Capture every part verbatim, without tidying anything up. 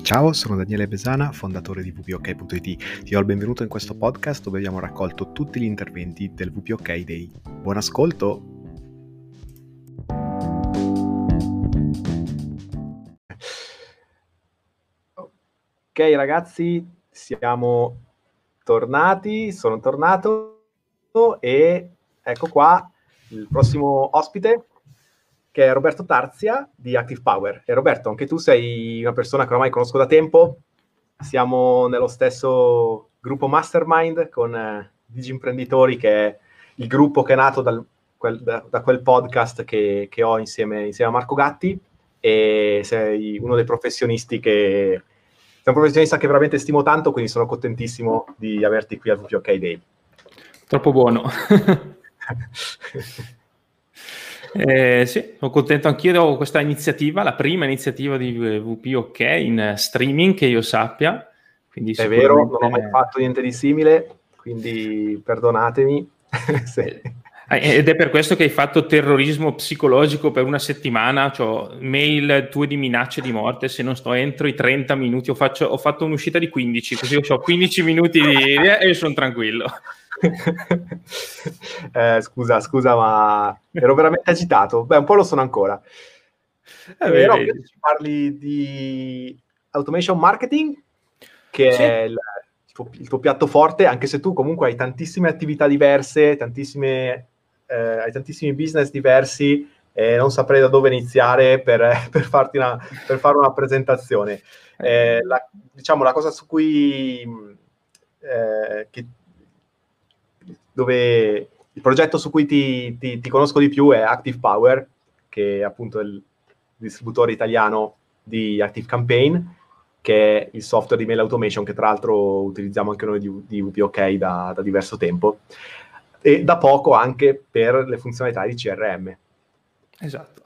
Ciao, sono Daniele Besana, fondatore di V P O K punto it. Ti do il benvenuto in questo podcast dove abbiamo raccolto tutti gli interventi del V P O K Day. Buon ascolto! Ok ragazzi, siamo tornati, sono tornato e ecco qua il prossimo ospite, che è Roberto Tarzia di Active Power. E Roberto, anche tu sei una persona che ormai conosco da tempo, siamo nello stesso gruppo Mastermind con eh, Digimprenditori, che è il gruppo che è nato dal, quel, da, da quel podcast che, che ho insieme, insieme a Marco Gatti, e sei uno dei professionisti che... Sei un professionista che veramente stimo tanto, quindi sono contentissimo di averti qui al V P O K Day. Troppo buono. Eh, sì, sono contento anch'io di questa iniziativa, la prima iniziativa di V P O K in streaming che io sappia. Quindi è vero, non ho mai fatto niente di simile, quindi perdonatemi. Se... Ed è per questo che hai fatto terrorismo psicologico per una settimana, cioè mail tue di minacce di morte, se non sto entro i trenta minuti, ho, faccio, ho fatto un'uscita di quindici, così io ho quindici minuti di... e sono tranquillo. eh, scusa, scusa, ma ero veramente agitato. Beh, un po' lo sono ancora. Eh, però ci parli di automation marketing, che sì. è il, il, tuo, il tuo piatto forte, anche se tu comunque hai tantissime attività diverse, tantissime, eh, hai tantissimi business diversi, e non saprei da dove iniziare per, per, farti una, per fare una presentazione. Eh, la, diciamo, la cosa su cui... Eh, che, dove il progetto su cui ti, ti, ti conosco di più è Active Power, che è appunto il distributore italiano di Active Campaign, che è il software di mail automation che tra l'altro utilizziamo anche noi di, di V P O K da, da diverso tempo, e da poco anche per le funzionalità di C R M. Esatto.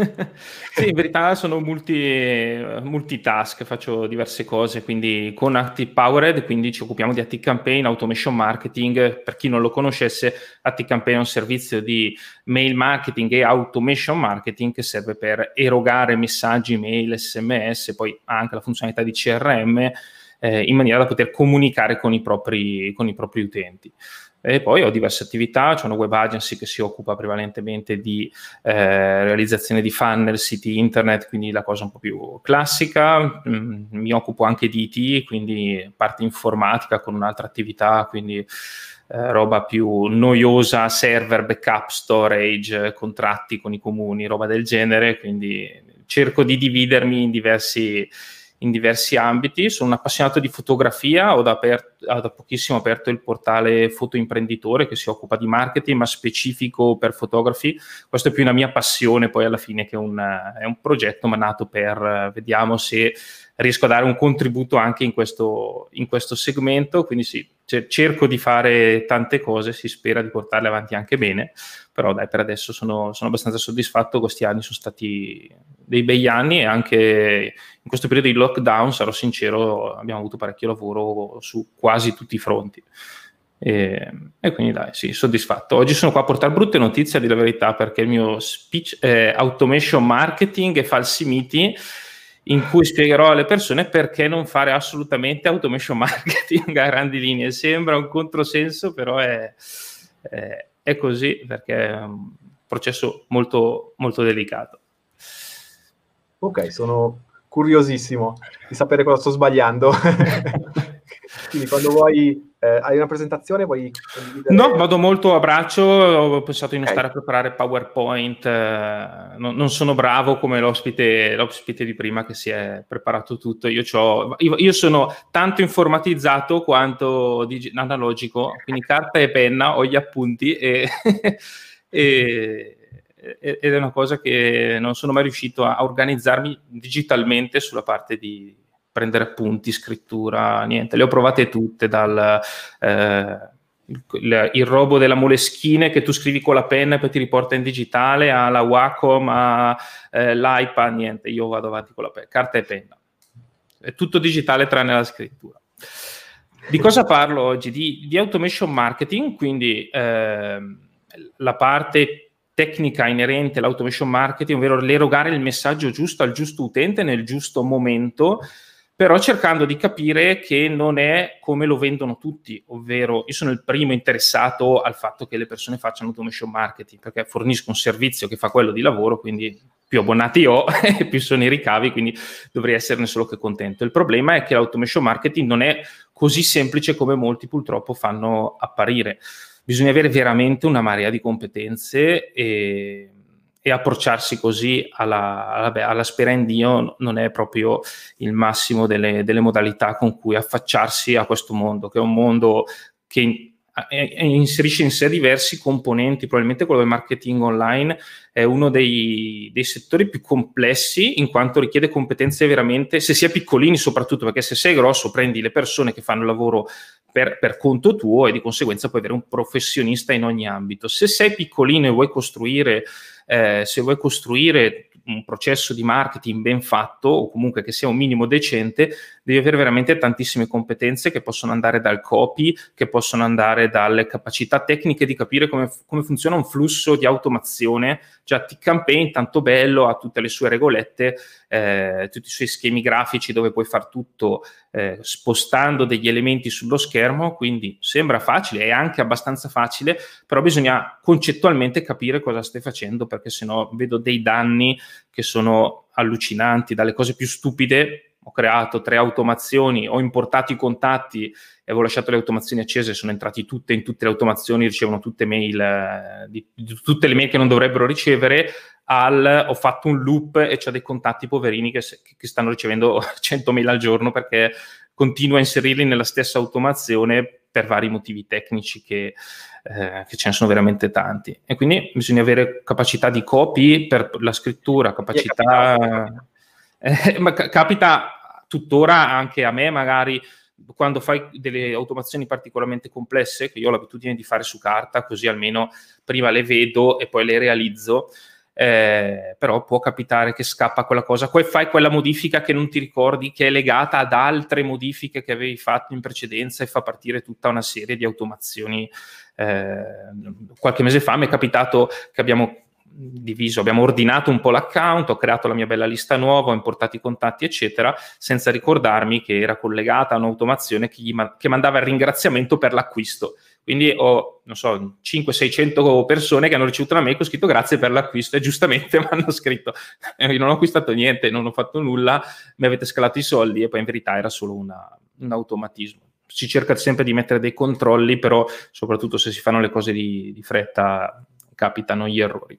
Sì, in verità sono multi, multitask, faccio diverse cose, quindi con Active Powered, quindi ci occupiamo di Active Campaign, Automation Marketing. Per chi non lo conoscesse, Active Campaign è un servizio di mail marketing e automation marketing che serve per erogare messaggi, mail, sms, poi ha anche la funzionalità di C R M, eh, in maniera da poter comunicare con i propri, con i propri utenti. E poi ho diverse attività, c'è una web agency che si occupa prevalentemente di eh, realizzazione di funnel, siti internet, quindi la cosa un po' più classica. Mm, mi occupo anche di I T, quindi parte informatica con un'altra attività, quindi eh, roba più noiosa, server, backup, storage, contratti con i comuni, roba del genere, quindi cerco di dividermi in diversi in diversi ambiti. Sono un appassionato di fotografia, ho da, aper- ho da pochissimo aperto il portale Foto Imprenditore che si occupa di marketing ma specifico per fotografi. Questo è più una mia passione poi alla fine che un, è un progetto ma nato per, vediamo se riesco a dare un contributo anche in questo, in questo segmento, quindi sì, c- cerco di fare tante cose, si spera di portarle avanti anche bene, però dai, per adesso sono, sono abbastanza soddisfatto. Questi anni sono stati dei begli anni e anche in questo periodo di lockdown, sarò sincero, abbiamo avuto parecchio lavoro su quasi tutti i fronti. E, e quindi dai, sì, soddisfatto. Oggi sono qua a portare brutte notizie, a dire la verità, perché il mio speech è automation marketing e falsi miti, in cui spiegherò alle persone perché non fare assolutamente automation marketing a grandi linee. Sembra un controsenso, però è, è, è così, perché è un processo molto, molto delicato. Ok, sono curiosissimo di sapere cosa sto sbagliando. Quindi quando vuoi, eh, hai una presentazione, vuoi condividere? No, vado molto a braccio, ho pensato di non okay. stare a preparare PowerPoint, eh, non, non sono bravo come l'ospite, l'ospite di prima che si è preparato tutto. Io, c'ho, io, io sono tanto informatizzato quanto digi- analogico, quindi carta e penna, ho gli appunti e... e ed è una cosa che non sono mai riuscito a organizzarmi digitalmente sulla parte di prendere appunti, scrittura, niente. Le ho provate tutte, dal eh, il, il robo della Moleskine che tu scrivi con la penna e poi ti riporta in digitale, alla Wacom, all'iPad, eh, niente, io vado avanti con la penna, carta e penna. È tutto digitale tranne la scrittura. Di cosa parlo oggi? Di, di automation marketing, quindi eh, la parte tecnica inerente all'automation marketing, ovvero l'erogare il messaggio giusto al giusto utente nel giusto momento, però cercando di capire che non è come lo vendono tutti, ovvero io sono il primo interessato al fatto che le persone facciano automation marketing, perché fornisco un servizio che fa quello di lavoro, quindi più abbonati ho e più sono i ricavi, quindi dovrei esserne solo che contento. Il problema è che l'automation marketing non è così semplice come molti purtroppo fanno apparire. Bisogna avere veramente una marea di competenze e, e approcciarsi così alla, alla, alla spera in Dio non è proprio il massimo delle, delle modalità con cui affacciarsi a questo mondo, che è un mondo che inserisce in sé diversi componenti. Probabilmente quello del marketing online è uno dei, dei settori più complessi, in quanto richiede competenze veramente, se si è piccolini soprattutto, perché se sei grosso prendi le persone che fanno il lavoro per, per conto tuo e di conseguenza puoi avere un professionista in ogni ambito. Se sei piccolino e vuoi costruire eh, se vuoi costruire un processo di marketing ben fatto, o comunque che sia un minimo decente, devi avere veramente tantissime competenze che possono andare dal copy, che possono andare dalle capacità tecniche di capire come, come funziona un flusso di automazione. Già T-Campaign, tanto bello, ha tutte le sue regolette, eh, tutti i suoi schemi grafici dove puoi far tutto eh, spostando degli elementi sullo schermo, quindi sembra facile, è anche abbastanza facile, però bisogna concettualmente capire cosa stai facendo, perché sennò vedo dei danni che sono allucinanti, dalle cose più stupide. Ho creato tre automazioni, ho importato i contatti e avevo lasciato le automazioni accese, sono entrati tutte in tutte le automazioni, ricevono tutte mail, eh, di, di tutte le mail che non dovrebbero ricevere, al ho fatto un loop e c'ho dei contatti poverini che, che stanno ricevendo cento mail al giorno perché continuo a inserirli nella stessa automazione per vari motivi tecnici che, eh, che ce ne sono veramente tanti. E quindi bisogna avere capacità di copy per la scrittura, capacità... Eh, ma capita tuttora anche a me, magari quando fai delle automazioni particolarmente complesse, che io ho l'abitudine di fare su carta, così almeno prima le vedo e poi le realizzo, eh, però può capitare che scappa quella cosa, poi fai quella modifica che non ti ricordi, che è legata ad altre modifiche che avevi fatto in precedenza e fa partire tutta una serie di automazioni. Eh, qualche mese fa mi è capitato che abbiamo diviso, abbiamo ordinato un po' l'account, ho creato la mia bella lista nuova, ho importato i contatti eccetera, senza ricordarmi che era collegata a un'automazione che, gli ma- che mandava il ringraziamento per l'acquisto. Quindi ho, non so, cinquecento seicento persone che hanno ricevuto una mail con scritto grazie per l'acquisto, e giustamente mi hanno scritto eh, io non ho acquistato niente, non ho fatto nulla, mi avete scalato i soldi, e poi in verità era solo una, un automatismo. Si cerca sempre di mettere dei controlli, però soprattutto se si fanno le cose di, di fretta capitano gli errori.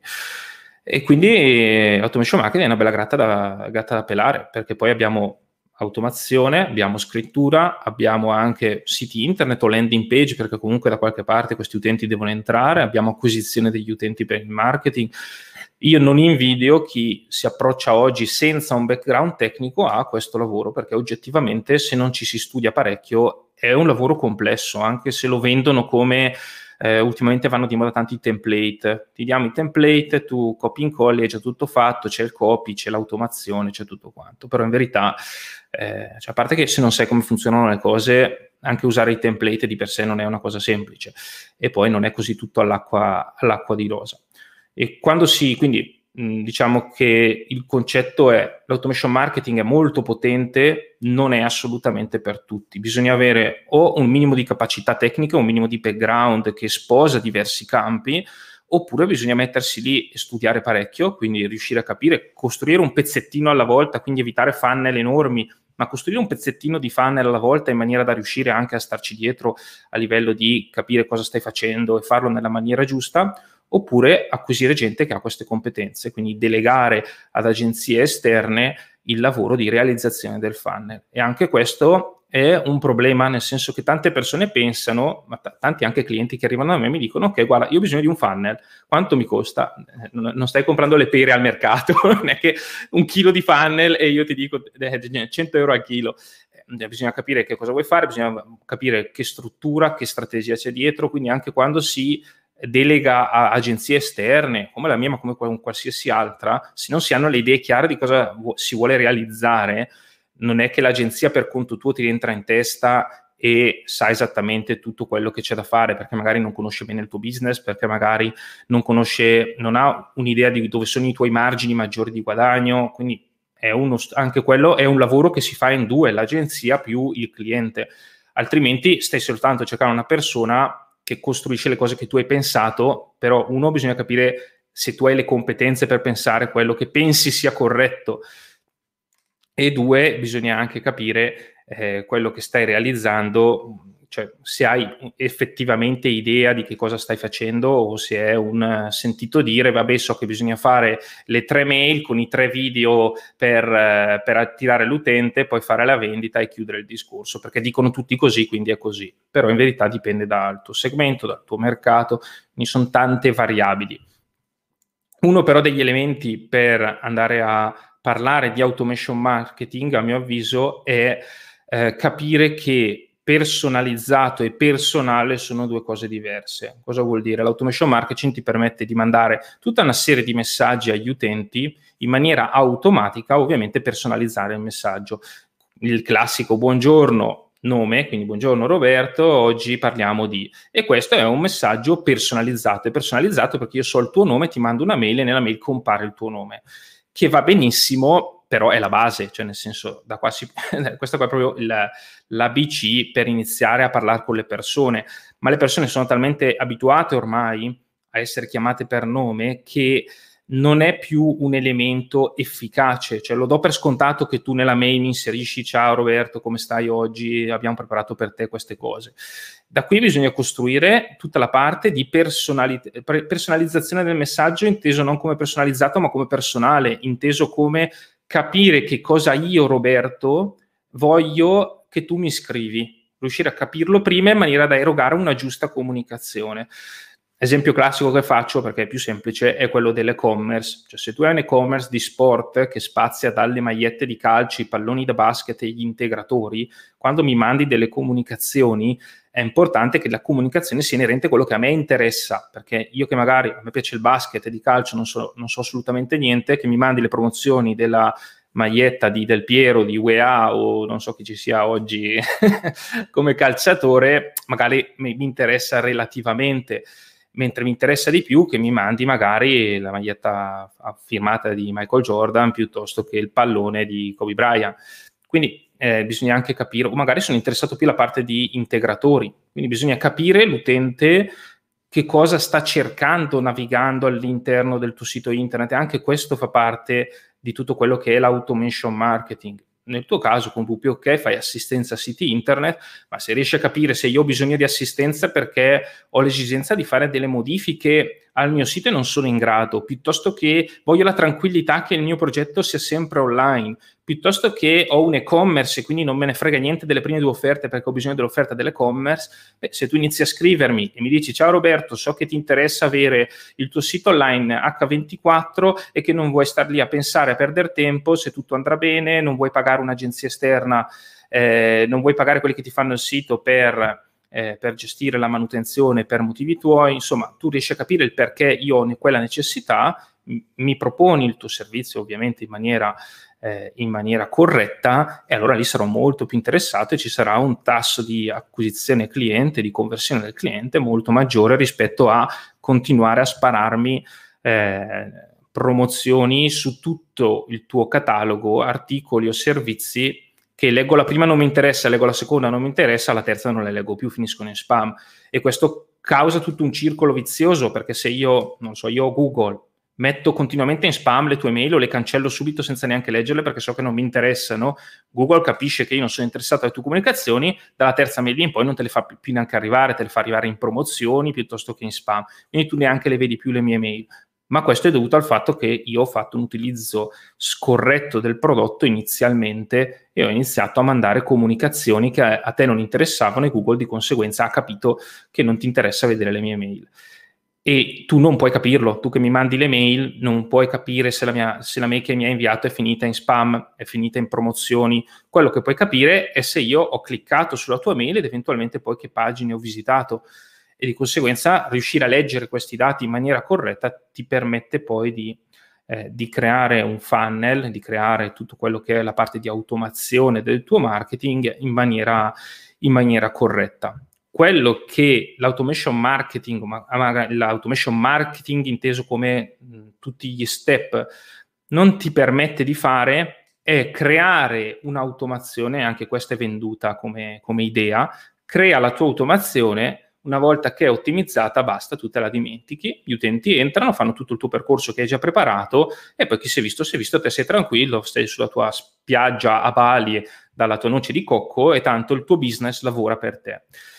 E quindi eh, automation marketing è una bella gatta da, gatta da pelare, perché poi abbiamo automazione, abbiamo scrittura, abbiamo anche siti internet o landing page, perché comunque da qualche parte questi utenti devono entrare, abbiamo acquisizione degli utenti per il marketing. Io non invidio chi si approccia oggi senza un background tecnico a questo lavoro, perché oggettivamente se non ci si studia parecchio è un lavoro complesso, anche se lo vendono come eh, ultimamente vanno di moda tanti template, ti diamo i template, tu copy and incolli, è già tutto fatto, c'è il copy, c'è l'automazione, c'è tutto quanto, però in verità eh, cioè, a parte che se non sai come funzionano le cose, anche usare i template di per sé non è una cosa semplice, e poi non è così tutto all'acqua, all'acqua di rosa. E quando si, quindi mh, diciamo che il concetto è l'automation marketing è molto potente, non è assolutamente per tutti, bisogna avere o un minimo di capacità tecnica, un minimo di background che sposa diversi campi, oppure bisogna mettersi lì e studiare parecchio, quindi riuscire a capire, costruire un pezzettino alla volta, quindi evitare funnel enormi, ma costruire un pezzettino di funnel alla volta in maniera da riuscire anche a starci dietro a livello di capire cosa stai facendo e farlo nella maniera giusta, oppure acquisire gente che ha queste competenze, quindi delegare ad agenzie esterne il lavoro di realizzazione del funnel. E anche questo è un problema, nel senso che tante persone pensano, ma t- tanti anche clienti che arrivano da me mi dicono ok, guarda, io ho bisogno di un funnel, quanto mi costa? Eh, non, non stai comprando le pere al mercato, non è che un chilo di funnel e io ti dico eh, cento euro al chilo. Eh, bisogna capire che cosa vuoi fare, bisogna capire che struttura, che strategia c'è dietro, quindi anche quando si delega a agenzie esterne, come la mia, ma come qualsiasi altra, se non si hanno le idee chiare di cosa si vuole realizzare, non è che l'agenzia per conto tuo ti rientra in testa e sa esattamente tutto quello che c'è da fare, perché magari non conosce bene il tuo business, perché magari non conosce, non ha un'idea di dove sono i tuoi margini maggiori di guadagno, quindi è uno, anche quello è un lavoro che si fa in due, l'agenzia più il cliente, altrimenti stai soltanto cercando una persona che costruisce le cose che tu hai pensato, però uno, bisogna capire se tu hai le competenze per pensare quello che pensi sia corretto, e due, bisogna anche capire eh, quello che stai realizzando, cioè se hai effettivamente idea di che cosa stai facendo o se è un sentito dire, vabbè, so che bisogna fare le tre mail con i tre video per, eh, per attirare l'utente, poi fare la vendita e chiudere il discorso, perché dicono tutti così, quindi è così. Però in verità dipende dal tuo segmento, dal tuo mercato, quindi sono tante variabili. Uno però degli elementi per andare a parlare di automation marketing, a mio avviso, è eh, capire che personalizzato e personale sono due cose diverse. Cosa vuol dire? L'automation marketing ti permette di mandare tutta una serie di messaggi agli utenti in maniera automatica, ovviamente personalizzare il messaggio. Il classico buongiorno, nome, quindi buongiorno Roberto, oggi parliamo di... E questo è un messaggio personalizzato, è personalizzato perché io so il tuo nome, ti mando una mail e nella mail compare il tuo nome, che va benissimo, però è la base, cioè nel senso, da qua si... questo qua è proprio il, l'A B C per iniziare a parlare con le persone, ma le persone sono talmente abituate ormai a essere chiamate per nome che non è più un elemento efficace, cioè lo do per scontato che tu nella mail mi inserisci ciao Roberto, come stai oggi, abbiamo preparato per te queste cose. Da qui bisogna costruire tutta la parte di personali- personalizzazione del messaggio, inteso non come personalizzato ma come personale, inteso come capire che cosa io Roberto voglio che tu mi scrivi, riuscire a capirlo prima in maniera da erogare una giusta comunicazione. Esempio classico che faccio, perché è più semplice, è quello dell'e-commerce. Cioè, se tu hai un e-commerce di sport che spazia dalle magliette di calcio, i palloni da basket e gli integratori, quando mi mandi delle comunicazioni è importante che la comunicazione sia inerente a quello che a me interessa, perché io che magari a me piace il basket e di calcio non so, non so assolutamente niente, che mi mandi le promozioni della maglietta di Del Piero, di U E A o non so chi ci sia oggi come calciatore, magari mi interessa relativamente, mentre mi interessa di più che mi mandi magari la maglietta firmata di Michael Jordan piuttosto che il pallone di Kobe Bryant. Quindi eh, bisogna anche capire, o magari sono interessato più alla parte di integratori, quindi bisogna capire l'utente che cosa sta cercando navigando all'interno del tuo sito internet, e anche questo fa parte di tutto quello che è l'automation marketing. Nel tuo caso con W P O K fai assistenza a siti internet, ma se riesci a capire se io ho bisogno di assistenza perché ho l'esigenza di fare delle modifiche al mio sito e non sono in grado, piuttosto che voglio la tranquillità che il mio progetto sia sempre online, piuttosto che ho un e-commerce e quindi non me ne frega niente delle prime due offerte perché ho bisogno dell'offerta dell'e-commerce, beh, se tu inizi a scrivermi e mi dici ciao Roberto, so che ti interessa avere il tuo sito online acca ventiquattro e che non vuoi star lì a pensare, a perdere tempo, se tutto andrà bene, non vuoi pagare un'agenzia esterna, eh, non vuoi pagare quelli che ti fanno il sito per... Eh, per gestire la manutenzione per motivi tuoi, insomma, tu riesci a capire il perché io ho quella necessità, m- mi proponi il tuo servizio ovviamente in maniera, eh, in maniera corretta, e allora lì sarò molto più interessato e ci sarà un tasso di acquisizione cliente, di conversione del cliente molto maggiore rispetto a continuare a spararmi eh, promozioni su tutto il tuo catalogo, articoli o servizi che leggo la prima non mi interessa, leggo la seconda non mi interessa, la terza non le leggo più, finiscono in spam, e questo causa tutto un circolo vizioso, perché se io, non so, io ho Google, metto continuamente in spam le tue mail o le cancello subito senza neanche leggerle perché so che non mi interessano, Google capisce che io non sono interessato alle tue comunicazioni, dalla terza mail in poi non te le fa più neanche arrivare, te le fa arrivare in promozioni piuttosto che in spam, quindi tu neanche le vedi più le mie mail. Ma questo è dovuto al fatto che io ho fatto un utilizzo scorretto del prodotto inizialmente e ho iniziato a mandare comunicazioni che a te non interessavano, e Google di conseguenza ha capito che non ti interessa vedere le mie mail. E tu non puoi capirlo, tu che mi mandi le mail non puoi capire se la, mia, se la mail che mi hai inviato è finita in spam, è finita in promozioni. Quello che puoi capire è se io ho cliccato sulla tua mail ed eventualmente poi che pagine ho visitato, e di conseguenza riuscire a leggere questi dati in maniera corretta ti permette poi di, eh, di creare un funnel, di creare tutto quello che è la parte di automazione del tuo marketing in maniera, in maniera corretta. Quello che l'automation marketing, ma l'automation marketing inteso come mh, tutti gli step, non ti permette di fare è creare un'automazione, anche questa è venduta come, come idea, crea la tua automazione. Una volta che è ottimizzata, basta, tu te la dimentichi, gli utenti entrano, fanno tutto il tuo percorso che hai già preparato e poi chi si è visto, si è visto, te sei tranquillo, stai sulla tua spiaggia a Bali dalla tua noce di cocco e tanto il tuo business lavora per te.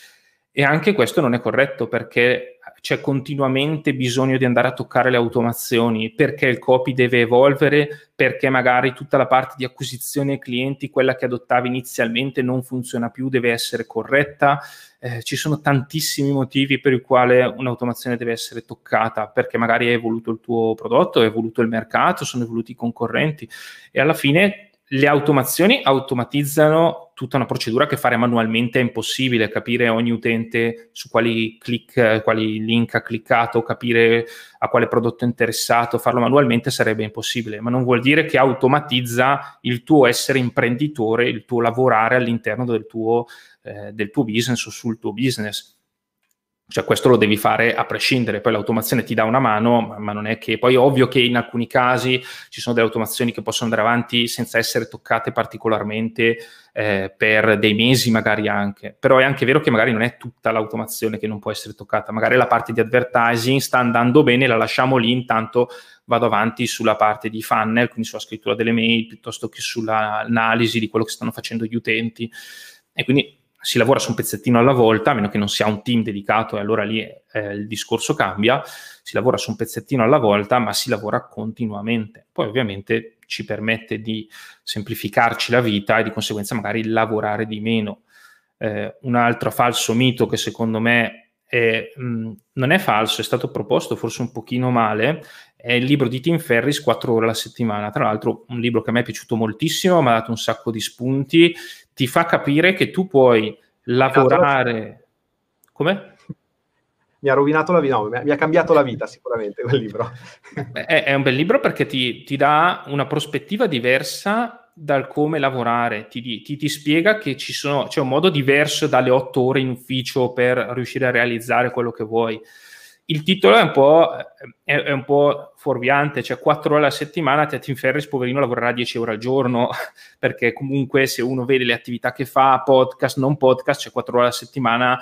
E anche questo non è corretto, perché c'è continuamente bisogno di andare a toccare le automazioni, perché il copy deve evolvere, perché magari tutta la parte di acquisizione clienti, quella che adottavi inizialmente, non funziona più, deve essere corretta. Eh, ci sono tantissimi motivi per i quali un'automazione deve essere toccata, perché magari è evoluto il tuo prodotto, è evoluto il mercato, sono evoluti i concorrenti e alla fine le automazioni automatizzano tutta una procedura che fare manualmente è impossibile. Capire ogni utente su quali click, quali link ha cliccato, capire a quale prodotto è interessato, farlo manualmente sarebbe impossibile, ma non vuol dire che automatizza il tuo essere imprenditore, il tuo lavorare all'interno del tuo, eh, del tuo business o sul tuo business. Cioè questo lo devi fare a prescindere, poi l'automazione ti dà una mano, ma, ma non è che... Poi è ovvio che in alcuni casi ci sono delle automazioni che possono andare avanti senza essere toccate particolarmente eh, per dei mesi magari anche, però è anche vero che magari non è tutta l'automazione che non può essere toccata, magari la parte di advertising sta andando bene, la lasciamo lì, intanto vado avanti sulla parte di funnel, quindi sulla scrittura delle mail, piuttosto che sull'analisi di quello che stanno facendo gli utenti, e quindi si lavora su un pezzettino alla volta, a meno che non sia un team dedicato, e allora lì eh, il discorso cambia. Si lavora su un pezzettino alla volta, ma si lavora continuamente. Poi ovviamente ci permette di semplificarci la vita e di conseguenza magari lavorare di meno. Eh, un altro falso mito che secondo me è, mh, non è falso, è stato proposto forse un pochino male, è il libro di Tim Ferriss, quattro ore alla settimana. Tra l'altro un libro che a me è piaciuto moltissimo, mi ha dato un sacco di spunti, ti fa capire che tu puoi lavorare... Come? Mi ha rovinato la vita, no, mi ha cambiato la vita sicuramente quel libro. È, è un bel libro perché ti, ti dà una prospettiva diversa dal come lavorare, ti, ti, ti spiega che ci sono, c'è un modo diverso dalle otto ore in ufficio per riuscire a realizzare quello che vuoi. Il titolo è un po', è, è un po' fuorviante, cioè quattro ore alla settimana, Tim Ferriss, poverino, lavorerà dieci ore al giorno, perché comunque se uno vede le attività che fa, podcast, non podcast, cioè quattro ore alla settimana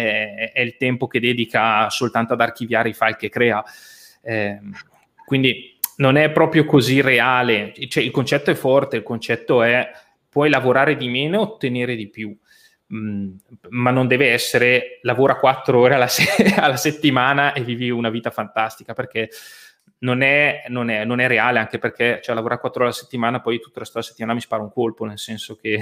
è, è il tempo che dedica soltanto ad archiviare i file che crea. Eh, quindi non è proprio così reale, cioè, il concetto è forte, il concetto è puoi lavorare di meno e ottenere di più. Mm, ma non deve essere lavora quattro ore alla, se- alla settimana e vivi una vita fantastica, perché non è, non è, non è reale, anche perché cioè, lavorare quattro ore alla settimana, poi tutto il resto della settimana mi spara un colpo, nel senso che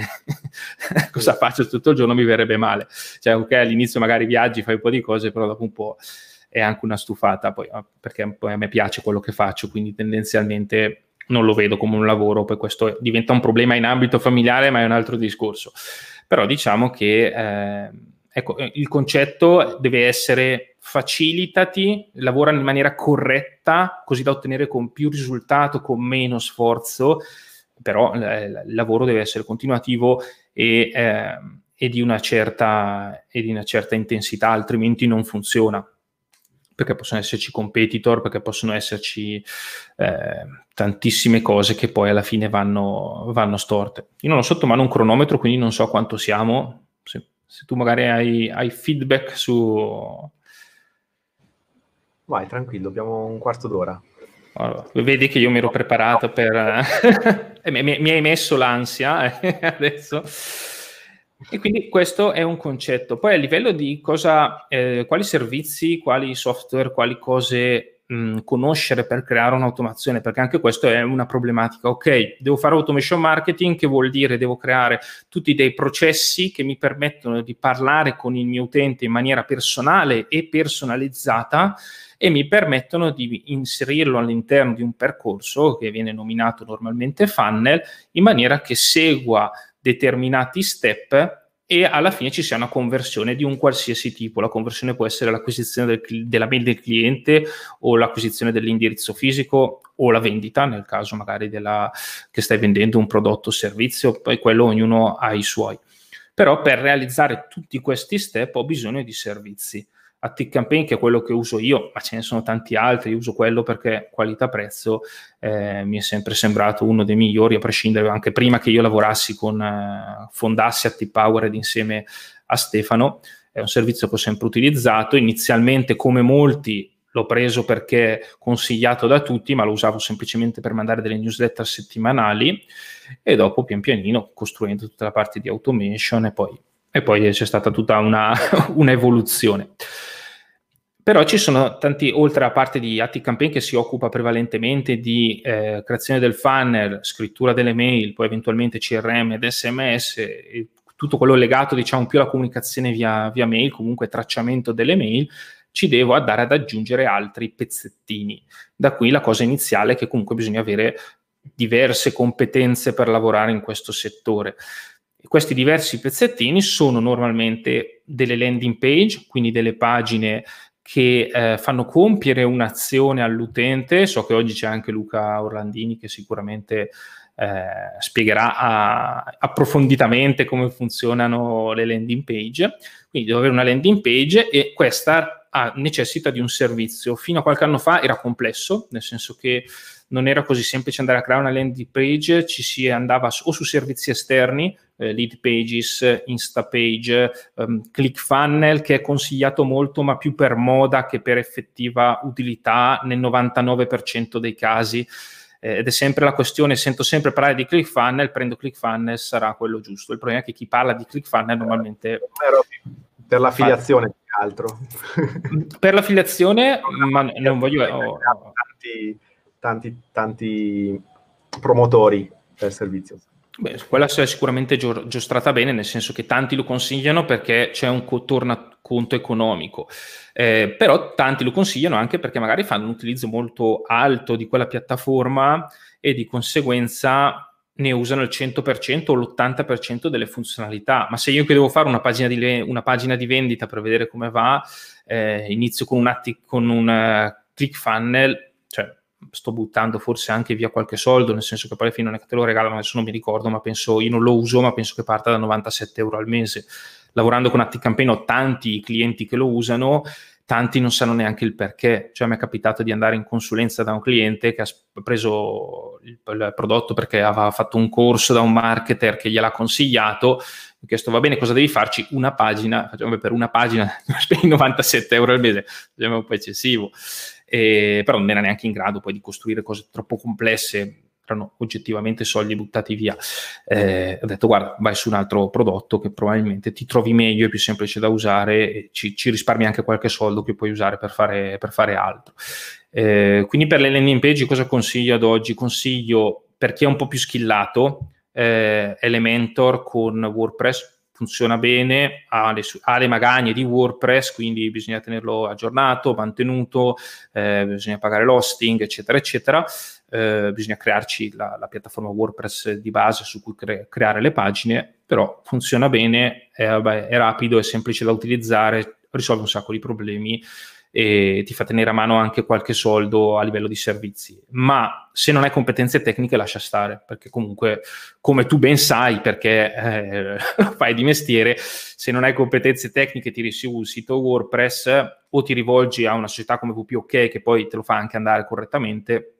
cosa faccio tutto il giorno, mi verrebbe male. Cioè, ok, all'inizio magari viaggi, fai un po' di cose, però dopo un po' è anche una stufata, poi, perché poi a me piace quello che faccio, quindi tendenzialmente non lo vedo come un lavoro, poi questo diventa un problema in ambito familiare, ma è un altro discorso. Però diciamo che eh, ecco, il concetto deve essere facilitati, lavora in maniera corretta, così da ottenere con più risultato, con meno sforzo, però eh, il lavoro deve essere continuativo e, eh, e, di una certa, e di una certa intensità, altrimenti non funziona. Perché possono esserci competitor, perché possono esserci eh, tantissime cose che poi alla fine vanno, vanno storte. Io non ho sotto mano un cronometro, quindi non so quanto siamo. Se, se tu magari hai, hai feedback su... Vai, tranquillo, abbiamo un quarto d'ora. Allora, vedi che io mi ero preparato per... mi, mi hai messo l'ansia eh, adesso... E quindi questo è un concetto. Poi a livello di cosa, eh, quali servizi, quali software, quali cose mh, conoscere per creare un'automazione, perché anche questo è una problematica. Ok, devo fare automation marketing, che vuol dire devo creare tutti dei processi che mi permettono di parlare con il mio utente in maniera personale e personalizzata e mi permettono di inserirlo all'interno di un percorso che viene nominato normalmente funnel, in maniera che segua determinati step e alla fine ci sia una conversione di un qualsiasi tipo. La conversione può essere l'acquisizione del, della mail del cliente o l'acquisizione dell'indirizzo fisico o la vendita, nel caso magari della, che stai vendendo un prodotto o servizio, poi quello ognuno ha i suoi. Però per realizzare tutti questi step ho bisogno di servizi. AtticCampaign, che è quello che uso io, ma ce ne sono tanti altri, io uso quello perché qualità-prezzo eh, mi è sempre sembrato uno dei migliori, a prescindere, anche prima che io lavorassi con, eh, fondassi ActivePowered insieme a Stefano. È un servizio che ho sempre utilizzato, inizialmente come molti l'ho preso perché consigliato da tutti, ma lo usavo semplicemente per mandare delle newsletter settimanali, e dopo pian pianino costruendo tutta la parte di automation e poi, e poi c'è stata tutta una, una evoluzione. Però ci sono tanti, oltre alla parte di AtticCampaign che si occupa prevalentemente di eh, creazione del funnel, scrittura delle mail, poi eventualmente C R M ed S M S, e tutto quello legato diciamo più alla comunicazione via, via mail, comunque tracciamento delle mail, ci devo andare ad aggiungere altri pezzettini. Da qui la cosa iniziale, che comunque bisogna avere diverse competenze per lavorare in questo settore. E questi diversi pezzettini sono normalmente delle landing page, quindi delle pagine che eh, fanno compiere un'azione all'utente. So che oggi c'è anche Luca Orlandini che sicuramente eh, spiegherà a, approfonditamente come funzionano le landing page. Quindi devo avere una landing page e questa ha, necessita di un servizio. Fino a qualche anno fa era complesso, nel senso che non era così semplice andare a creare una landing page, ci si andava o su servizi esterni, eh, Leadpages, Instapage, um, ClickFunnels, che è consigliato molto ma più per moda che per effettiva utilità nel novantanove per cento dei casi, eh, ed è sempre la questione, sento sempre parlare di ClickFunnels, prendo ClickFunnels, sarà quello giusto. Il problema è che chi parla di ClickFunnels normalmente... Per l'affiliazione, più che altro. Per l'affiliazione, ma non voglio... Oh, tanti, tanti, tanti promotori del servizio. Beh, quella è sicuramente giostrata bene, nel senso che tanti lo consigliano perché c'è un tornaconto economico, eh, però tanti lo consigliano anche perché magari fanno un utilizzo molto alto di quella piattaforma e di conseguenza ne usano il cento per cento o l'ottanta per cento delle funzionalità. Ma se io che devo fare una pagina di, una pagina di vendita per vedere come va, eh, inizio con un, atti, con un uh, ClickFunnels, cioè sto buttando forse anche via qualche soldo, nel senso che poi alla fine non è che te lo regalano, adesso non mi ricordo, ma penso, io non lo uso, ma penso che parta da novantasette euro al mese. Lavorando con AtticCampaign ho tanti clienti che lo usano, tanti non sanno neanche il perché. Cioè mi è capitato di andare in consulenza da un cliente che ha preso il, il prodotto perché aveva fatto un corso da un marketer che gliel'ha consigliato, mi ha chiesto va bene, cosa devi farci? Una pagina. Facciamo, per una pagina spendi novantasette euro al mese, è un po' eccessivo. Eh, però non era neanche in grado poi di costruire cose troppo complesse, erano oggettivamente soldi buttati via. Eh, ho detto guarda, vai su un altro prodotto che probabilmente ti trovi meglio, è più semplice da usare e ci, ci risparmi anche qualche soldo che puoi usare per fare, per fare altro. Eh, quindi per le landing page cosa consiglio ad oggi? Consiglio, per chi è un po' più skillato, eh, Elementor con WordPress. Funziona bene, ha le, ha le magagne di WordPress, quindi bisogna tenerlo aggiornato, mantenuto, eh, bisogna pagare l'hosting, eccetera, eccetera. Eh, bisogna crearci la, la piattaforma WordPress di base su cui cre- creare le pagine, però funziona bene, è, vabbè, è rapido, è semplice da utilizzare, risolve un sacco di problemi e ti fa tenere a mano anche qualche soldo a livello di servizi. Ma se non hai competenze tecniche lascia stare, perché comunque, come tu ben sai, perché eh, lo fai di mestiere, se non hai competenze tecniche tiri su un sito WordPress o ti rivolgi a una società come V P O K che poi te lo fa anche andare correttamente,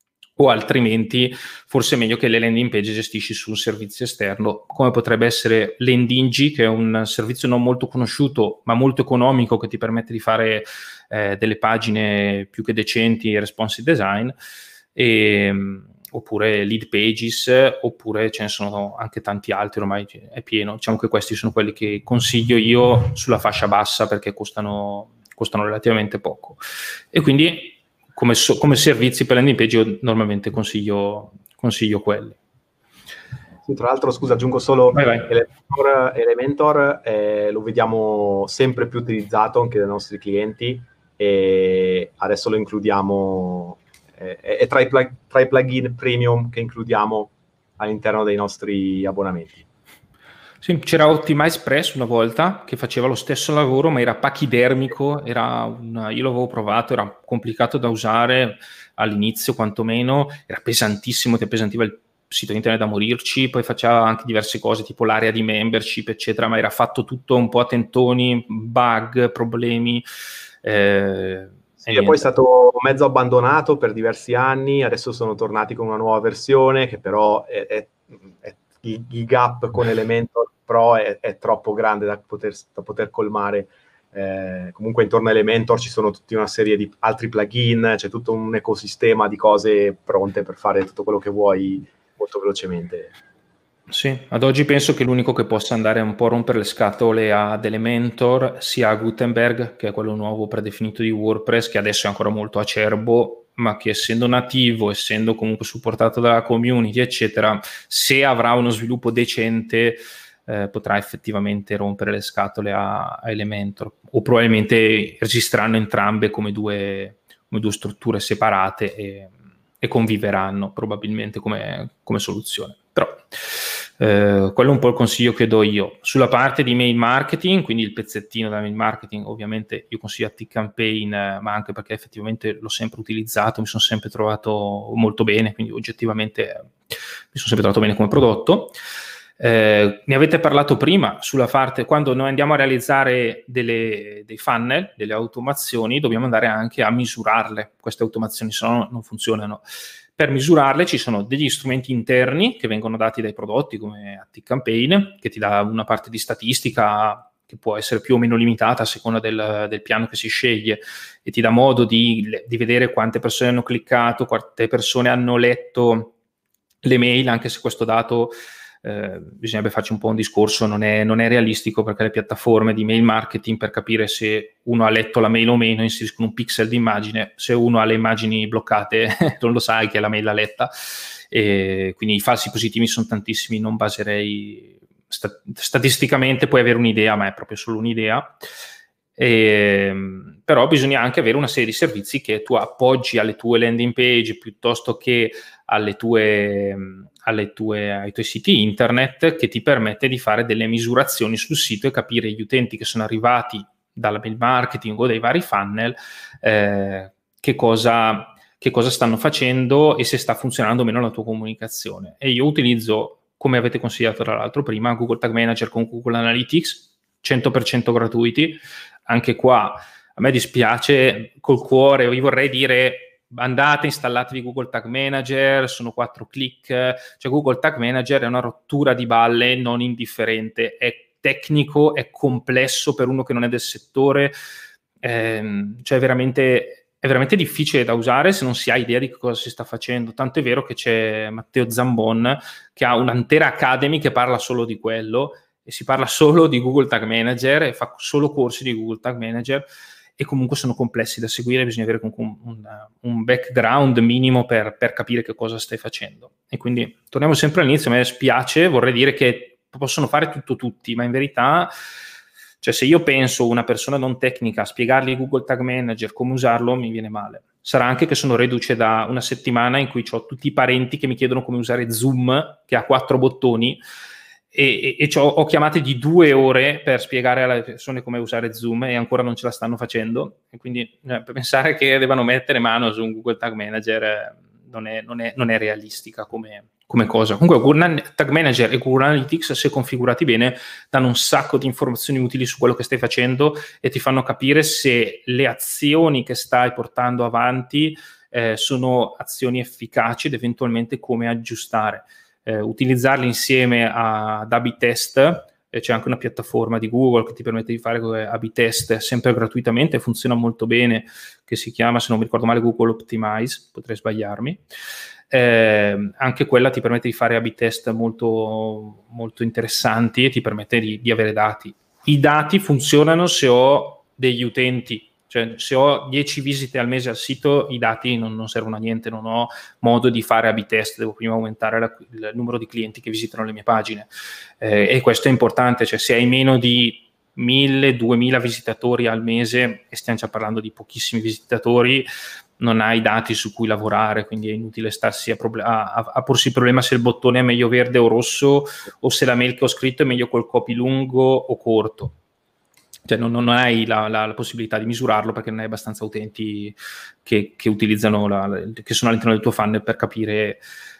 o altrimenti forse è meglio che le landing page gestisci su un servizio esterno, come potrebbe essere Landingi, che è un servizio non molto conosciuto ma molto economico, che ti permette di fare eh, delle pagine più che decenti e responsive design, e, oppure Leadpages, oppure ce ne sono anche tanti altri, ormai è pieno. Diciamo che questi sono quelli che consiglio io sulla fascia bassa perché costano, costano relativamente poco. E quindi Come, so, come servizi per landing page io normalmente consiglio, consiglio quelli. Sì, tra l'altro, scusa, aggiungo solo vai, vai. Elementor, Elementor eh, lo vediamo sempre più utilizzato anche dai nostri clienti e adesso lo includiamo, eh, è tra i, plug, tra i plugin premium che includiamo all'interno dei nostri abbonamenti. Sì, c'era OptimizePress una volta che faceva lo stesso lavoro ma era pachidermico, era una, io l'avevo provato, era complicato da usare all'inizio quantomeno, era pesantissimo, ti appesantiva il sito internet da morirci, poi faceva anche diverse cose tipo l'area di membership eccetera, ma era fatto tutto un po' a tentoni, bug, problemi. Eh, sì, e poi è stato mezzo abbandonato per diversi anni, adesso sono tornati con una nuova versione che però è, è, è, il, il gap con Elementor Pro è, è troppo grande da poter, da poter colmare. Eh, comunque intorno a Elementor ci sono tutta una serie di altri plugin, c'è tutto un ecosistema di cose pronte per fare tutto quello che vuoi molto velocemente. Sì, ad oggi penso che l'unico che possa andare un po' a rompere le scatole ad Elementor sia Gutenberg, che è quello nuovo predefinito di WordPress, che adesso è ancora molto acerbo, ma che essendo nativo, essendo comunque supportato dalla community, eccetera, se avrà uno sviluppo decente, eh, potrà effettivamente rompere le scatole a, a Elementor, o probabilmente registreranno entrambe come due, come due strutture separate e, e conviveranno probabilmente come, come soluzione. Però eh, quello è un po' il consiglio che do io. Sulla parte di mail marketing, quindi il pezzettino da mail marketing, ovviamente io consiglio ActiveCampaign, eh, ma anche perché effettivamente l'ho sempre utilizzato, mi sono sempre trovato molto bene, quindi oggettivamente eh, mi sono sempre trovato bene come prodotto. Eh, ne avete parlato prima sulla parte, quando noi andiamo a realizzare delle, dei funnel, delle automazioni, dobbiamo andare anche a misurarle, queste automazioni, se no non funzionano. Per misurarle ci sono degli strumenti interni che vengono dati dai prodotti come ActiveCampaign, che ti dà una parte di statistica che può essere più o meno limitata a seconda del, del piano che si sceglie, e ti dà modo di, di vedere quante persone hanno cliccato, quante persone hanno letto le mail, anche se questo dato eh, bisognerebbe farci un po' un discorso, non è, non è realistico, perché le piattaforme di mail marketing, per capire se uno ha letto la mail o meno, inseriscono un pixel di immagine. Se uno ha le immagini bloccate non lo sai che la mail l'ha letta, e quindi i falsi positivi sono tantissimi. Non baserei sta- statisticamente, puoi avere un'idea, ma è proprio solo un'idea. E, però bisogna anche avere una serie di servizi che tu appoggi alle tue landing page piuttosto che alle tue, alle tue, ai tuoi siti internet, che ti permette di fare delle misurazioni sul sito e capire gli utenti che sono arrivati dalla mail marketing o dai vari funnel, eh, che cosa, che cosa stanno facendo e se sta funzionando o meno la tua comunicazione. E io utilizzo, come avete consigliato tra l'altro prima, Google Tag Manager con Google Analytics, cento per cento gratuiti. Anche qua a me dispiace col cuore, io vorrei dire andate, installatevi Google Tag Manager, sono quattro click. Cioè Google Tag Manager è una rottura di balle non indifferente, è tecnico, è complesso per uno che non è del settore, ehm, cioè veramente, è veramente difficile da usare se non si ha idea di cosa si sta facendo. Tanto è vero che c'è Matteo Zambon che ha un'intera academy che parla solo di quello, e si parla solo di Google Tag Manager e fa solo corsi di Google Tag Manager, e comunque sono complessi da seguire, bisogna avere comunque un, un, un background minimo per, per capire che cosa stai facendo. E quindi torniamo sempre all'inizio, a me spiace, vorrei dire che possono fare tutto tutti, ma in verità, cioè se io penso una persona non tecnica a spiegargli Google Tag Manager come usarlo, mi viene male. Sarà anche che sono reduce da una settimana in cui ho tutti i parenti che mi chiedono come usare Zoom, che ha quattro bottoni, e, e, e ho chiamate di due ore per spiegare alle persone come usare Zoom e ancora non ce la stanno facendo. E quindi eh, per pensare che devono mettere mano su un Google Tag Manager eh, non, è, non, è, non è realistica come, come cosa. Comunque Google Tag Manager e Google Analytics, se configurati bene, danno un sacco di informazioni utili su quello che stai facendo e ti fanno capire se le azioni che stai portando avanti eh, sono azioni efficaci ed eventualmente come aggiustare. Eh, utilizzarli insieme a, ad A B test, e c'è anche una piattaforma di Google che ti permette di fare A B test sempre gratuitamente, funziona molto bene, che si chiama, se non mi ricordo male, Google Optimize, potrei sbagliarmi. Eh, anche quella ti permette di fare A B test molto, molto interessanti e ti permette di, di avere dati. I dati funzionano se ho degli utenti. Cioè, se ho dieci visite al mese al sito, i dati non, non servono a niente, non ho modo di fare A B test, devo prima aumentare la, il numero di clienti che visitano le mie pagine. Eh, e questo è importante, cioè se hai meno di mille duemila visitatori al mese, e stiamo già parlando di pochissimi visitatori, non hai dati su cui lavorare, quindi è inutile starsi a, proble- a, a, a porsi il problema se il bottone è meglio verde o rosso, o se la mail che ho scritto è meglio col copy lungo o corto. Cioè non, non hai la, la, la possibilità di misurarlo perché non hai abbastanza utenti che, che utilizzano la, che sono all'interno del tuo funnel per capire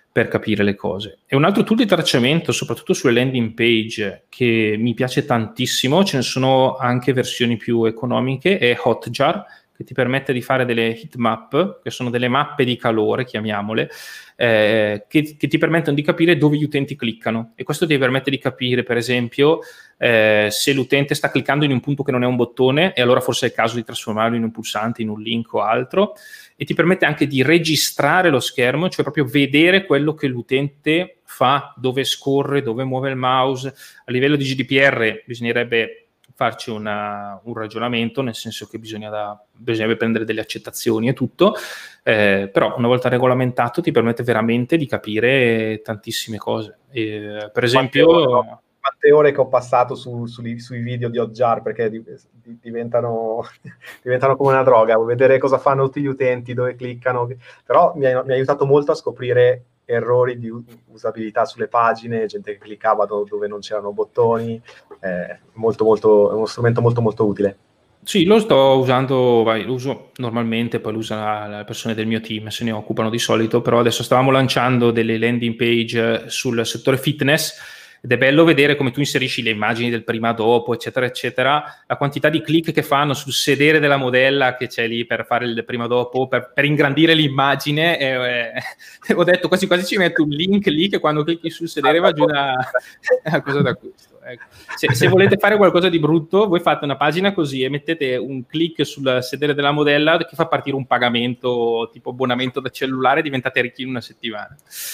per capire le cose. E un altro tool di tracciamento, soprattutto sulle landing page, che mi piace tantissimo, ce ne sono anche versioni più economiche, è Hotjar, che ti permette di fare delle heat map, che sono delle mappe di calore, chiamiamole, eh, che, che ti permettono di capire dove gli utenti cliccano. E questo ti permette di capire, per esempio, eh, se l'utente sta cliccando in un punto che non è un bottone, e allora forse è il caso di trasformarlo in un pulsante, in un link o altro, e ti permette anche di registrare lo schermo, cioè proprio vedere quello che l'utente fa, dove scorre, dove muove il mouse. A livello di G D P R bisognerebbe farci una, un ragionamento, nel senso che bisogna da, bisognerebbe prendere delle accettazioni e tutto, eh, però una volta regolamentato ti permette veramente di capire tantissime cose. E, per esempio... Quante ore, quante ore che ho passato su, su, sui video di Hotjar, perché di, di, diventano, diventano come una droga, vuoi vedere cosa fanno tutti gli utenti, dove cliccano, però mi ha, mi ha aiutato molto a scoprire errori di usabilità sulle pagine, gente che cliccava do, dove non c'erano bottoni, eh, molto molto, è uno strumento molto molto utile. Sì, lo sto usando, vai, lo uso normalmente, poi lo usano le persone del mio team, se ne occupano di solito, però adesso stavamo lanciando delle landing page sul settore fitness, ed è bello vedere come tu inserisci le immagini del prima dopo, eccetera, eccetera, la quantità di click che fanno sul sedere della modella che c'è lì per fare il prima dopo, per, per ingrandire l'immagine, e, e ho detto quasi quasi ci metto un link lì che quando clicchi sul sedere va giù una, una cosa d'acquisto. Ecco. Se, se volete fare qualcosa di brutto, voi fate una pagina così e mettete un click sul sedere della modella che fa partire un pagamento tipo abbonamento da cellulare, diventate ricchi in una settimana.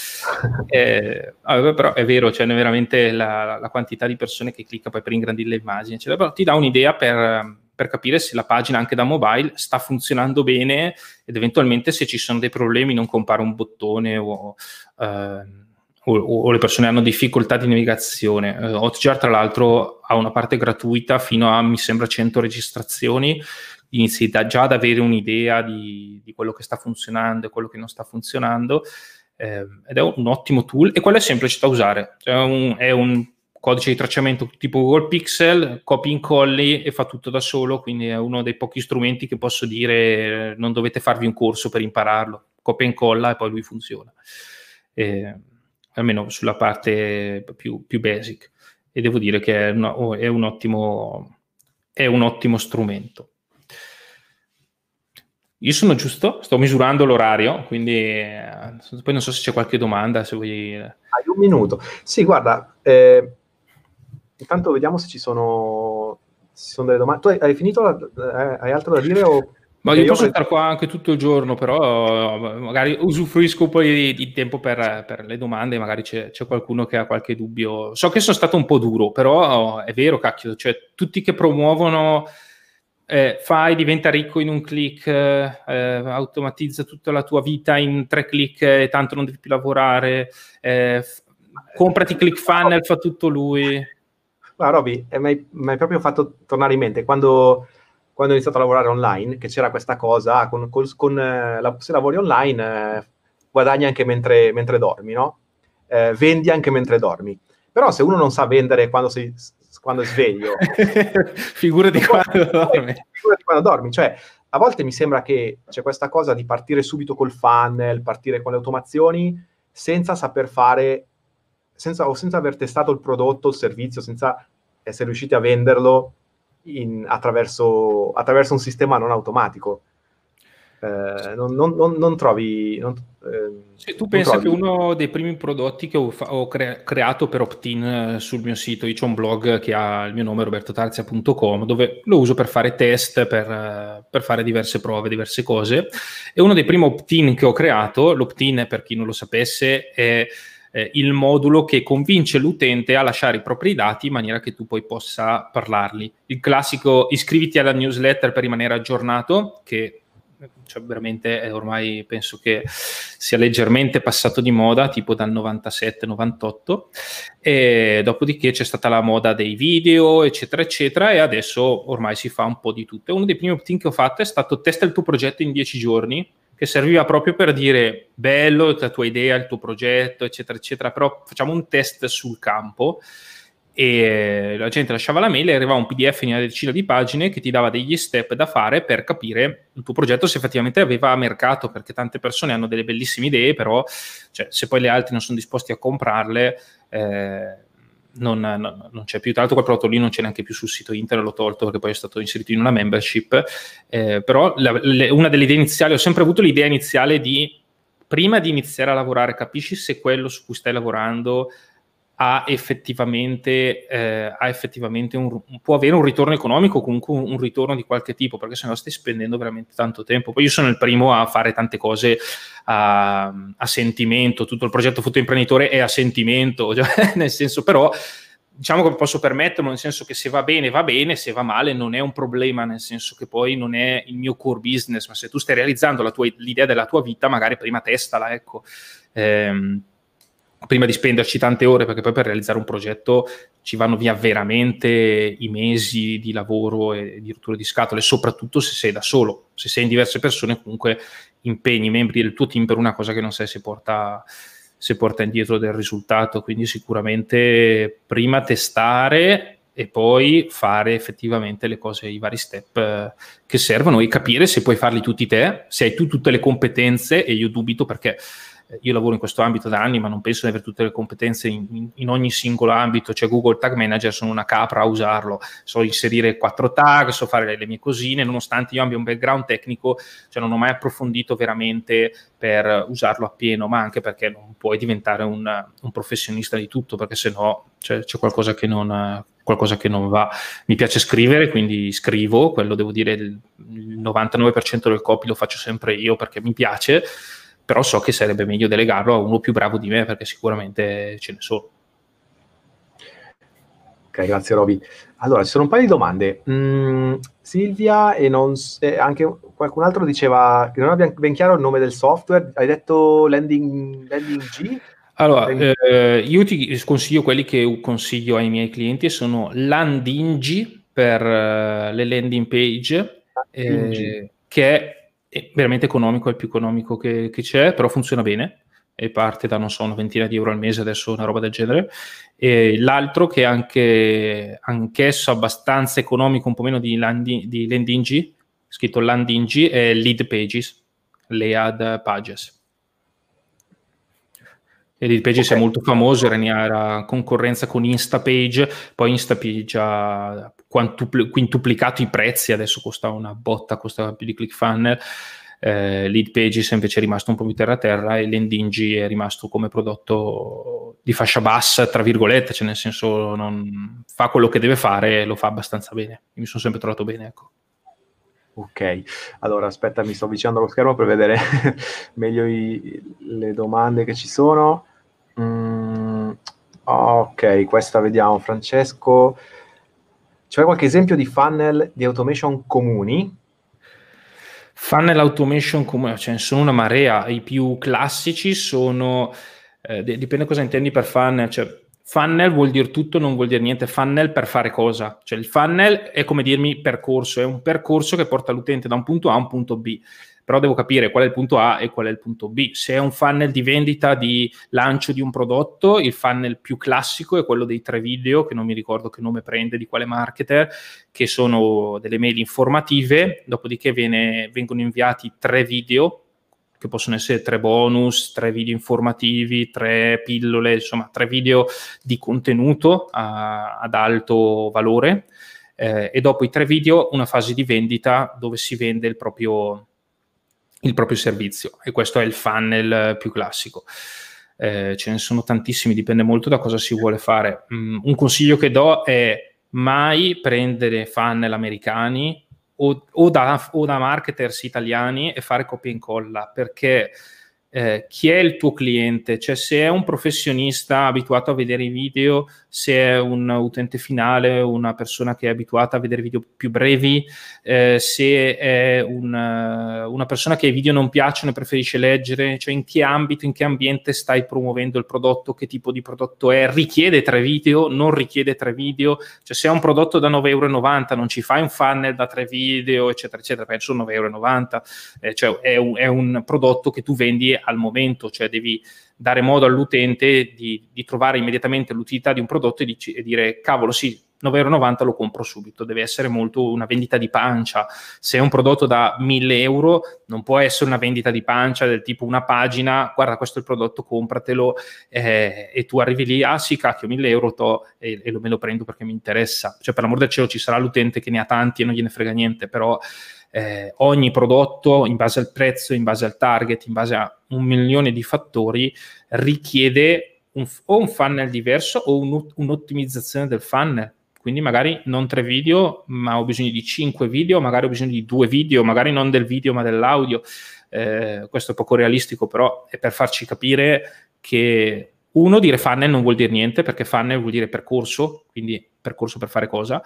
Eh, però è vero, cioè veramente la, la quantità di persone che clicca poi per ingrandire le immagini, eccetera, però ti dà un'idea per, per capire se la pagina anche da mobile sta funzionando bene ed eventualmente se ci sono dei problemi non compare un bottone o... Eh, O, o le persone hanno difficoltà di navigazione. Uh, Hotjar tra l'altro ha una parte gratuita fino a mi sembra cento registrazioni, inizi da, già ad avere un'idea di, di quello che sta funzionando e quello che non sta funzionando, eh, ed è un ottimo tool e quello è semplice da usare, cioè un, è un codice di tracciamento tipo Google Pixel, copy incolli e fa tutto da solo, quindi è uno dei pochi strumenti che posso dire non dovete farvi un corso per impararlo, copia e incolla e poi lui funziona. Eh, almeno sulla parte più, più basic, e devo dire che è, una, è, un ottimo, è un ottimo strumento. Io sono giusto? Sto misurando l'orario, quindi eh, poi non so se c'è qualche domanda, se vuoi... Hai un minuto. Sì, guarda, eh, intanto vediamo se ci sono, se ci sono delle domande. Tu hai, hai finito? La, eh, hai altro da dire o... Ma io posso stare qua anche tutto il giorno, però magari usufruisco un po' di, di tempo per, per le domande, magari c'è, c'è qualcuno che ha qualche dubbio. So che sono stato un po' duro, però è vero, cacchio, cioè tutti che promuovono eh, fai, diventa ricco in un click, eh, automatizza tutta la tua vita in tre click e tanto non devi più lavorare, eh, f- comprati ClickFunnels, fa tutto lui. Ma Roby, mi hai proprio fatto tornare in mente, quando... quando ho iniziato a lavorare online, che c'era questa cosa, con, con, con, eh, la, se lavori online eh, guadagni anche mentre, mentre dormi, no? Eh, vendi anche mentre dormi. Però se uno non sa vendere quando, sei, quando è sveglio... figurati quando dormi. Figurati quando dormi. Cioè, a volte mi sembra che c'è questa cosa di partire subito col funnel, partire con le automazioni, senza saper fare, senza, o senza aver testato il prodotto, il servizio, senza essere riusciti a venderlo In, attraverso, attraverso un sistema non automatico. Eh, non, non, non, non trovi... Non, eh, Se tu pensi trovi... che uno dei primi prodotti che ho, fa- ho cre- creato per opt-in sul mio sito, io c'ho un blog che ha il mio nome roberto tarzia punto com, dove lo uso per fare test, per, per fare diverse prove, diverse cose, e uno dei primi opt-in che ho creato, l'opt-in per chi non lo sapesse è Eh, il modulo che convince l'utente a lasciare i propri dati in maniera che tu poi possa parlarli. Il classico iscriviti alla newsletter per rimanere aggiornato, che cioè, veramente è ormai penso che sia leggermente passato di moda, tipo dal novantasette novantotto, e dopodiché c'è stata la moda dei video, eccetera, eccetera, e adesso ormai si fa un po' di tutto. E uno dei primi opt-in che ho fatto è stato testa il tuo progetto in dieci giorni, che serviva proprio per dire bello, la tua idea, il tuo progetto, eccetera, eccetera, però facciamo un test sul campo e la gente lasciava la mail e arrivava un P D F in una decina di pagine che ti dava degli step da fare per capire il tuo progetto se effettivamente aveva mercato, perché tante persone hanno delle bellissime idee, però cioè, se poi le altre non sono disposti a comprarle eh, non, non, non c'è più. Tra l'altro quel prodotto lì non c'è neanche più sul sito internet, l'ho tolto perché poi è stato inserito in una membership, eh, però la, le, una delle idee iniziali, ho sempre avuto l'idea iniziale di prima di iniziare a lavorare capisci se quello su cui stai lavorando ha effettivamente, eh, ha effettivamente un, può avere un ritorno economico, comunque un, un ritorno di qualche tipo, perché sennò stai spendendo veramente tanto tempo. Poi io sono il primo a fare tante cose a, a sentimento, tutto il progetto fotoimprenditore è a sentimento, cioè, nel senso, però diciamo che posso permetterlo, nel senso che se va bene va bene, se va male non è un problema, nel senso che poi non è il mio core business, ma se tu stai realizzando la tua, l'idea della tua vita, magari prima testala, ecco. Ehm, prima di spenderci tante ore, perché poi per realizzare un progetto ci vanno via veramente i mesi di lavoro e di rottura di scatole, soprattutto se sei da solo. Se sei in diverse persone, comunque impegni i membri del tuo team per una cosa che non sai se porta, se porta indietro del risultato. Quindi sicuramente prima testare e poi fare effettivamente le cose, i vari step eh, che servono, e capire se puoi farli tutti te, se hai tu tutte le competenze, e io dubito perché io lavoro in questo ambito da anni, ma non penso di avere tutte le competenze in, in, in ogni singolo ambito. Cioè Google Tag Manager, sono una capra a usarlo, so inserire quattro tag, so fare le, le mie cosine, nonostante io abbia un background tecnico, cioè non ho mai approfondito veramente per usarlo appieno, ma anche perché non puoi diventare un, un professionista di tutto, perché sennò cioè, c'è qualcosa che non... qualcosa che non va. Mi piace scrivere, quindi scrivo, quello devo dire il, il novantanove per cento del copy lo faccio sempre io perché mi piace, però so che sarebbe meglio delegarlo a uno più bravo di me, perché sicuramente ce ne sono. Ok, grazie Roby. Allora, ci sono un paio di domande. Mm, Silvia e non, eh, anche qualcun altro diceva che non abbia ben chiaro il nome del software. Hai detto Landing, Landing G? Allora, eh, io ti sconsiglio quelli che consiglio ai miei clienti, sono Landingi per uh, le landing page, eh, che è è veramente economico, è il più economico che, che c'è, però funziona bene e parte da, non so, una ventina di euro al mese, adesso una roba del genere. E l'altro che è anche anch'esso abbastanza economico, un po' meno di, Landi, di Landingi, scritto Landingi, è Lead Pages, Lead Pages. E Lead Pages okay. È molto famoso, era concorrenza con Instapage, poi Instapage ha quintuplicato i prezzi, adesso costa una botta, costa più di ClickFunnels. eh, Lead Pages invece è rimasto un po' più terra terra, e Landingi è rimasto come prodotto di fascia bassa, tra virgolette, cioè nel senso non fa quello che deve fare e lo fa abbastanza bene. Io mi sono sempre trovato bene, ecco. Ok, allora aspetta, mi sto avvicinando allo schermo per vedere meglio i, le domande che ci sono. Mm, ok, questa vediamo, Francesco. C'è qualche esempio di funnel di automation comuni? Funnel automation comuni, ce ne sono una marea. I più classici sono, eh, dipende cosa intendi per funnel, cioè funnel vuol dire tutto, non vuol dire niente. Funnel per fare cosa? Cioè il funnel è come dirmi percorso, è un percorso che porta l'utente da un punto A a un punto B, però devo capire qual è il punto A e qual è il punto B. Se è un funnel di vendita, di lancio di un prodotto, il funnel più classico è quello dei tre video, che non mi ricordo che nome prende, di quale marketer, che sono delle mail informative, dopodiché viene, vengono inviati tre video, che possono essere tre bonus, tre video informativi, tre pillole, insomma tre video di contenuto a, ad alto valore, eh, e dopo i tre video una fase di vendita dove si vende il proprio, il proprio servizio, e questo è il funnel più classico. Eh, ce ne sono tantissimi, dipende molto da cosa si vuole fare. Mm, un consiglio che do è mai prendere funnel americani O, o, da, o da marketers italiani e fare copia e incolla, perché eh, chi è il tuo cliente? Cioè se è un professionista abituato a vedere i video, se è un utente finale, una persona che è abituata a vedere video più brevi, eh, se è un, una persona che i video non piacciono e preferisce leggere, cioè in che ambito, in che ambiente stai promuovendo il prodotto, che tipo di prodotto è, richiede tre video, non richiede tre video, cioè se è un prodotto da nove e novanta euro non ci fai un funnel da tre video, eccetera, eccetera, perché sono nove e novanta euro, eh, cioè è un, è un prodotto che tu vendi al momento, cioè devi dare modo all'utente di, di trovare immediatamente l'utilità di un prodotto e, di, e dire cavolo sì, nove virgola novanta euro lo compro subito. Deve essere molto una vendita di pancia. Se è un prodotto da mille euro non può essere una vendita di pancia del tipo una pagina, guarda questo è il prodotto, compratelo, eh, e tu arrivi lì, ah sì cacchio mille euro to, e, e lo, me lo prendo perché mi interessa. Cioè per l'amor del cielo ci sarà l'utente che ne ha tanti e non gliene frega niente, però eh, ogni prodotto in base al prezzo, in base al target, in base a un milione di fattori richiede un, o un funnel diverso o un, un'ottimizzazione del funnel. Quindi magari non tre video, ma ho bisogno di cinque video, magari ho bisogno di due video, magari non del video ma dell'audio. Eh, questo è poco realistico, però è per farci capire che uno, dire funnel non vuol dire niente, perché funnel vuol dire percorso, quindi percorso per fare cosa,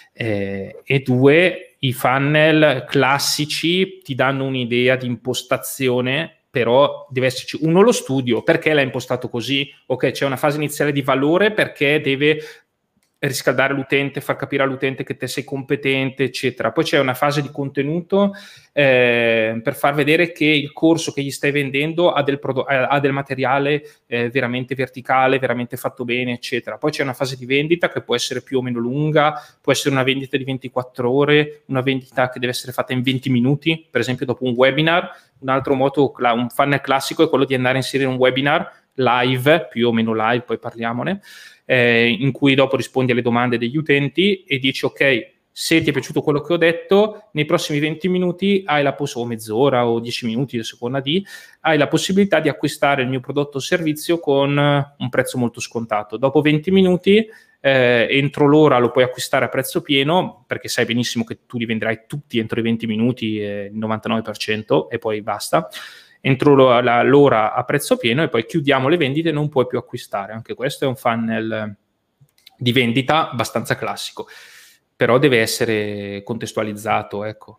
eh, e due, i funnel classici ti danno un'idea di impostazione, però deve esserci uno lo studio, perché l'ha impostato così, ok, c'è una fase iniziale di valore perché deve riscaldare l'utente, far capire all'utente che te sei competente, eccetera. Poi c'è una fase di contenuto eh, per far vedere che il corso che gli stai vendendo ha del, prodo- ha del materiale eh, veramente verticale, veramente fatto bene, eccetera. Poi c'è una fase di vendita che può essere più o meno lunga, può essere una vendita di ventiquattro ore, una vendita che deve essere fatta in venti minuti, per esempio dopo un webinar. Un altro modo, un funnel classico è quello di andare a inserire un webinar live, più o meno live, poi parliamone, eh, in cui dopo rispondi alle domande degli utenti e dici ok, se ti è piaciuto quello che ho detto, nei prossimi venti minuti hai la possibilità, o mezz'ora o dieci minuti a seconda di, hai la possibilità di acquistare il mio prodotto o servizio con un prezzo molto scontato. Dopo venti minuti, eh, entro l'ora lo puoi acquistare a prezzo pieno, perché sai benissimo che tu li venderai tutti entro i venti minuti, eh, il novantanove per cento, e poi basta. Entro l'ora a prezzo pieno e poi chiudiamo le vendite e non puoi più acquistare. Anche questo è un funnel di vendita abbastanza classico, però deve essere contestualizzato, ecco.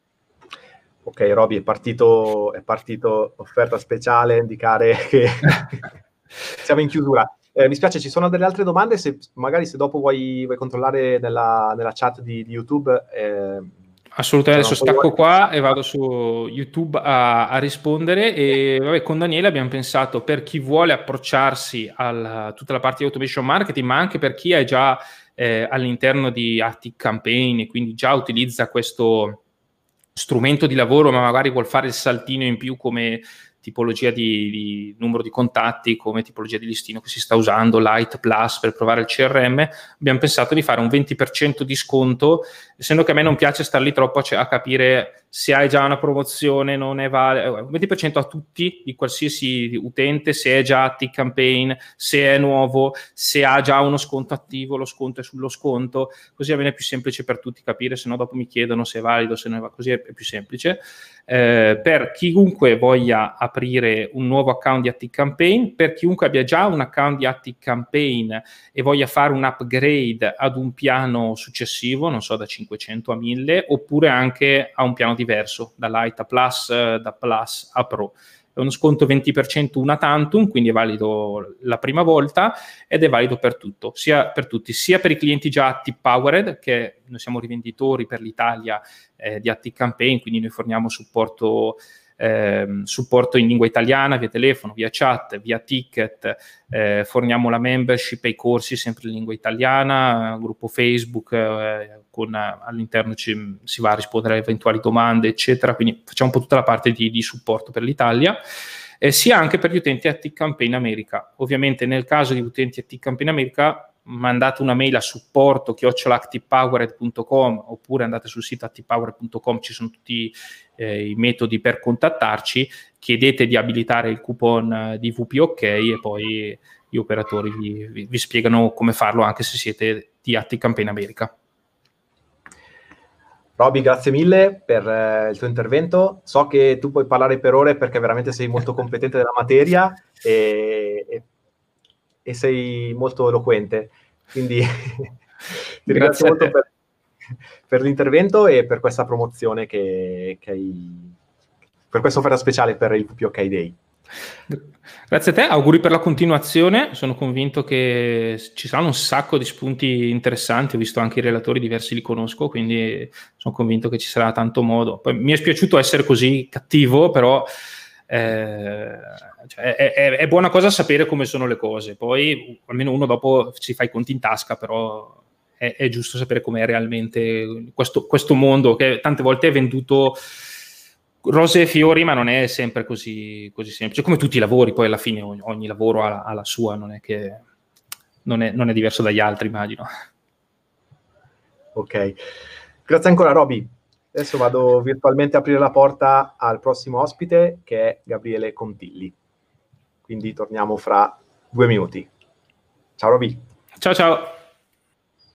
Ok, Roby, è partito, è partito offerta speciale, indicare che siamo in chiusura. Eh, mi spiace, ci sono delle altre domande, se, magari se dopo vuoi, vuoi controllare nella, nella chat di, di YouTube. Eh, Assolutamente, adesso stacco qua e vado su YouTube a, a rispondere. E vabbè, con Daniele abbiamo pensato, per chi vuole approcciarsi a tutta la parte di automation marketing, ma anche per chi è già eh, all'interno di ActiveCampaign e quindi già utilizza questo strumento di lavoro, ma magari vuol fare il saltino in più come tipologia di, di numero di contatti, come tipologia di listino che si sta usando, Light Plus per provare il C R M, abbiamo pensato di fare un venti per cento di sconto, essendo che a me non piace star lì troppo a, a capire se hai già una promozione, non è vale, un venti per cento a tutti, di qualsiasi utente, se è già ActiveCampaign, se è nuovo, se ha già uno sconto attivo, lo sconto è sullo sconto, così avviene più semplice per tutti capire, se no dopo mi chiedono se è valido, se non è valido, così è più semplice. Eh, per chiunque voglia aprire un nuovo account di ActiveCampaign, per chiunque abbia già un account di ActiveCampaign e voglia fare un upgrade ad un piano successivo, non so, da cinquecento a mille, oppure anche a un piano diverso, da Light a Plus, da Plus a Pro. È uno sconto venti per cento una tantum, quindi è valido la prima volta ed è valido per tutto, sia per tutti, sia per i clienti già Active Powered, che noi siamo rivenditori per l'Italia eh, di ActiveCampaign, quindi noi forniamo supporto Eh, supporto in lingua italiana, via telefono, via chat, via ticket, eh, forniamo la membership e i corsi sempre in lingua italiana, gruppo Facebook, eh, con, all'interno ci, si va a rispondere a eventuali domande, eccetera, quindi facciamo un po' tutta la parte di, di supporto per l'Italia, eh, sia anche per gli utenti ActiveCampaign America. Ovviamente nel caso di utenti ActiveCampaign America mandate una mail a supporto chiocciola activepowered punto com oppure andate sul sito activepowered punto com, ci sono tutti eh, i metodi per contattarci, chiedete di abilitare il coupon di V P O K e poi gli operatori vi, vi, vi spiegano come farlo anche se siete di ActiveCampaign America. Roby, grazie mille per eh, il tuo intervento. So che tu puoi parlare per ore perché veramente sei molto competente della materia e, e, e sei molto eloquente. Quindi ti ringrazio molto per, per l'intervento e per questa promozione che, che hai, per questa offerta speciale per il V P O K Day. Grazie a te, auguri per la continuazione, sono convinto che ci saranno un sacco di spunti interessanti, ho visto anche i relatori, diversi li conosco, quindi sono convinto che ci sarà tanto modo. Poi mi è spiaciuto essere così cattivo, però Eh, cioè, è, è, è buona cosa sapere come sono le cose, poi almeno uno dopo si fa i conti in tasca, però è, è giusto sapere com'è realmente questo, questo mondo che tante volte è venduto rose e fiori, ma non è sempre così, così semplice, come tutti i lavori, poi alla fine ogni, ogni lavoro ha, ha la sua, non è che non è, non è diverso dagli altri, immagino. Ok, grazie ancora Roby. Adesso vado virtualmente a aprire la porta al prossimo ospite, che è Gabriele Contilli. Quindi torniamo fra due minuti. Ciao Roby. Ciao ciao.